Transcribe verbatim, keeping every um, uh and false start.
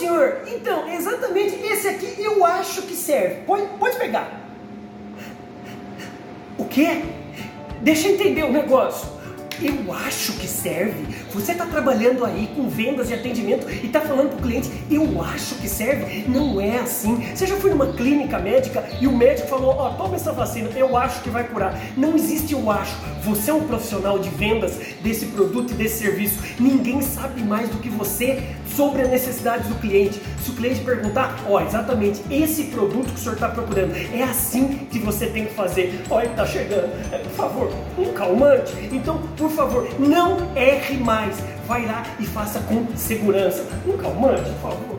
senhor, então, exatamente esse aqui eu acho que serve. Pode, pode pegar. O quê? Deixa eu entender o negócio. Eu acho que serve? Você está trabalhando aí com vendas e atendimento e está falando para o cliente, eu acho que serve? Não é assim. Você já foi numa clínica médica e o médico falou, ó, toma essa vacina, eu acho que vai curar. Não existe eu acho. Você é um profissional de vendas desse produto e desse serviço. Ninguém sabe mais do que você sobre as necessidades do cliente. Se o cliente perguntar, ó, exatamente esse produto que o senhor está procurando, é assim que você tem que fazer. Olha, está chegando. Por favor, um calmante. Então, por favor, não erre mais. Vai lá e faça com segurança. Um calmante, por favor.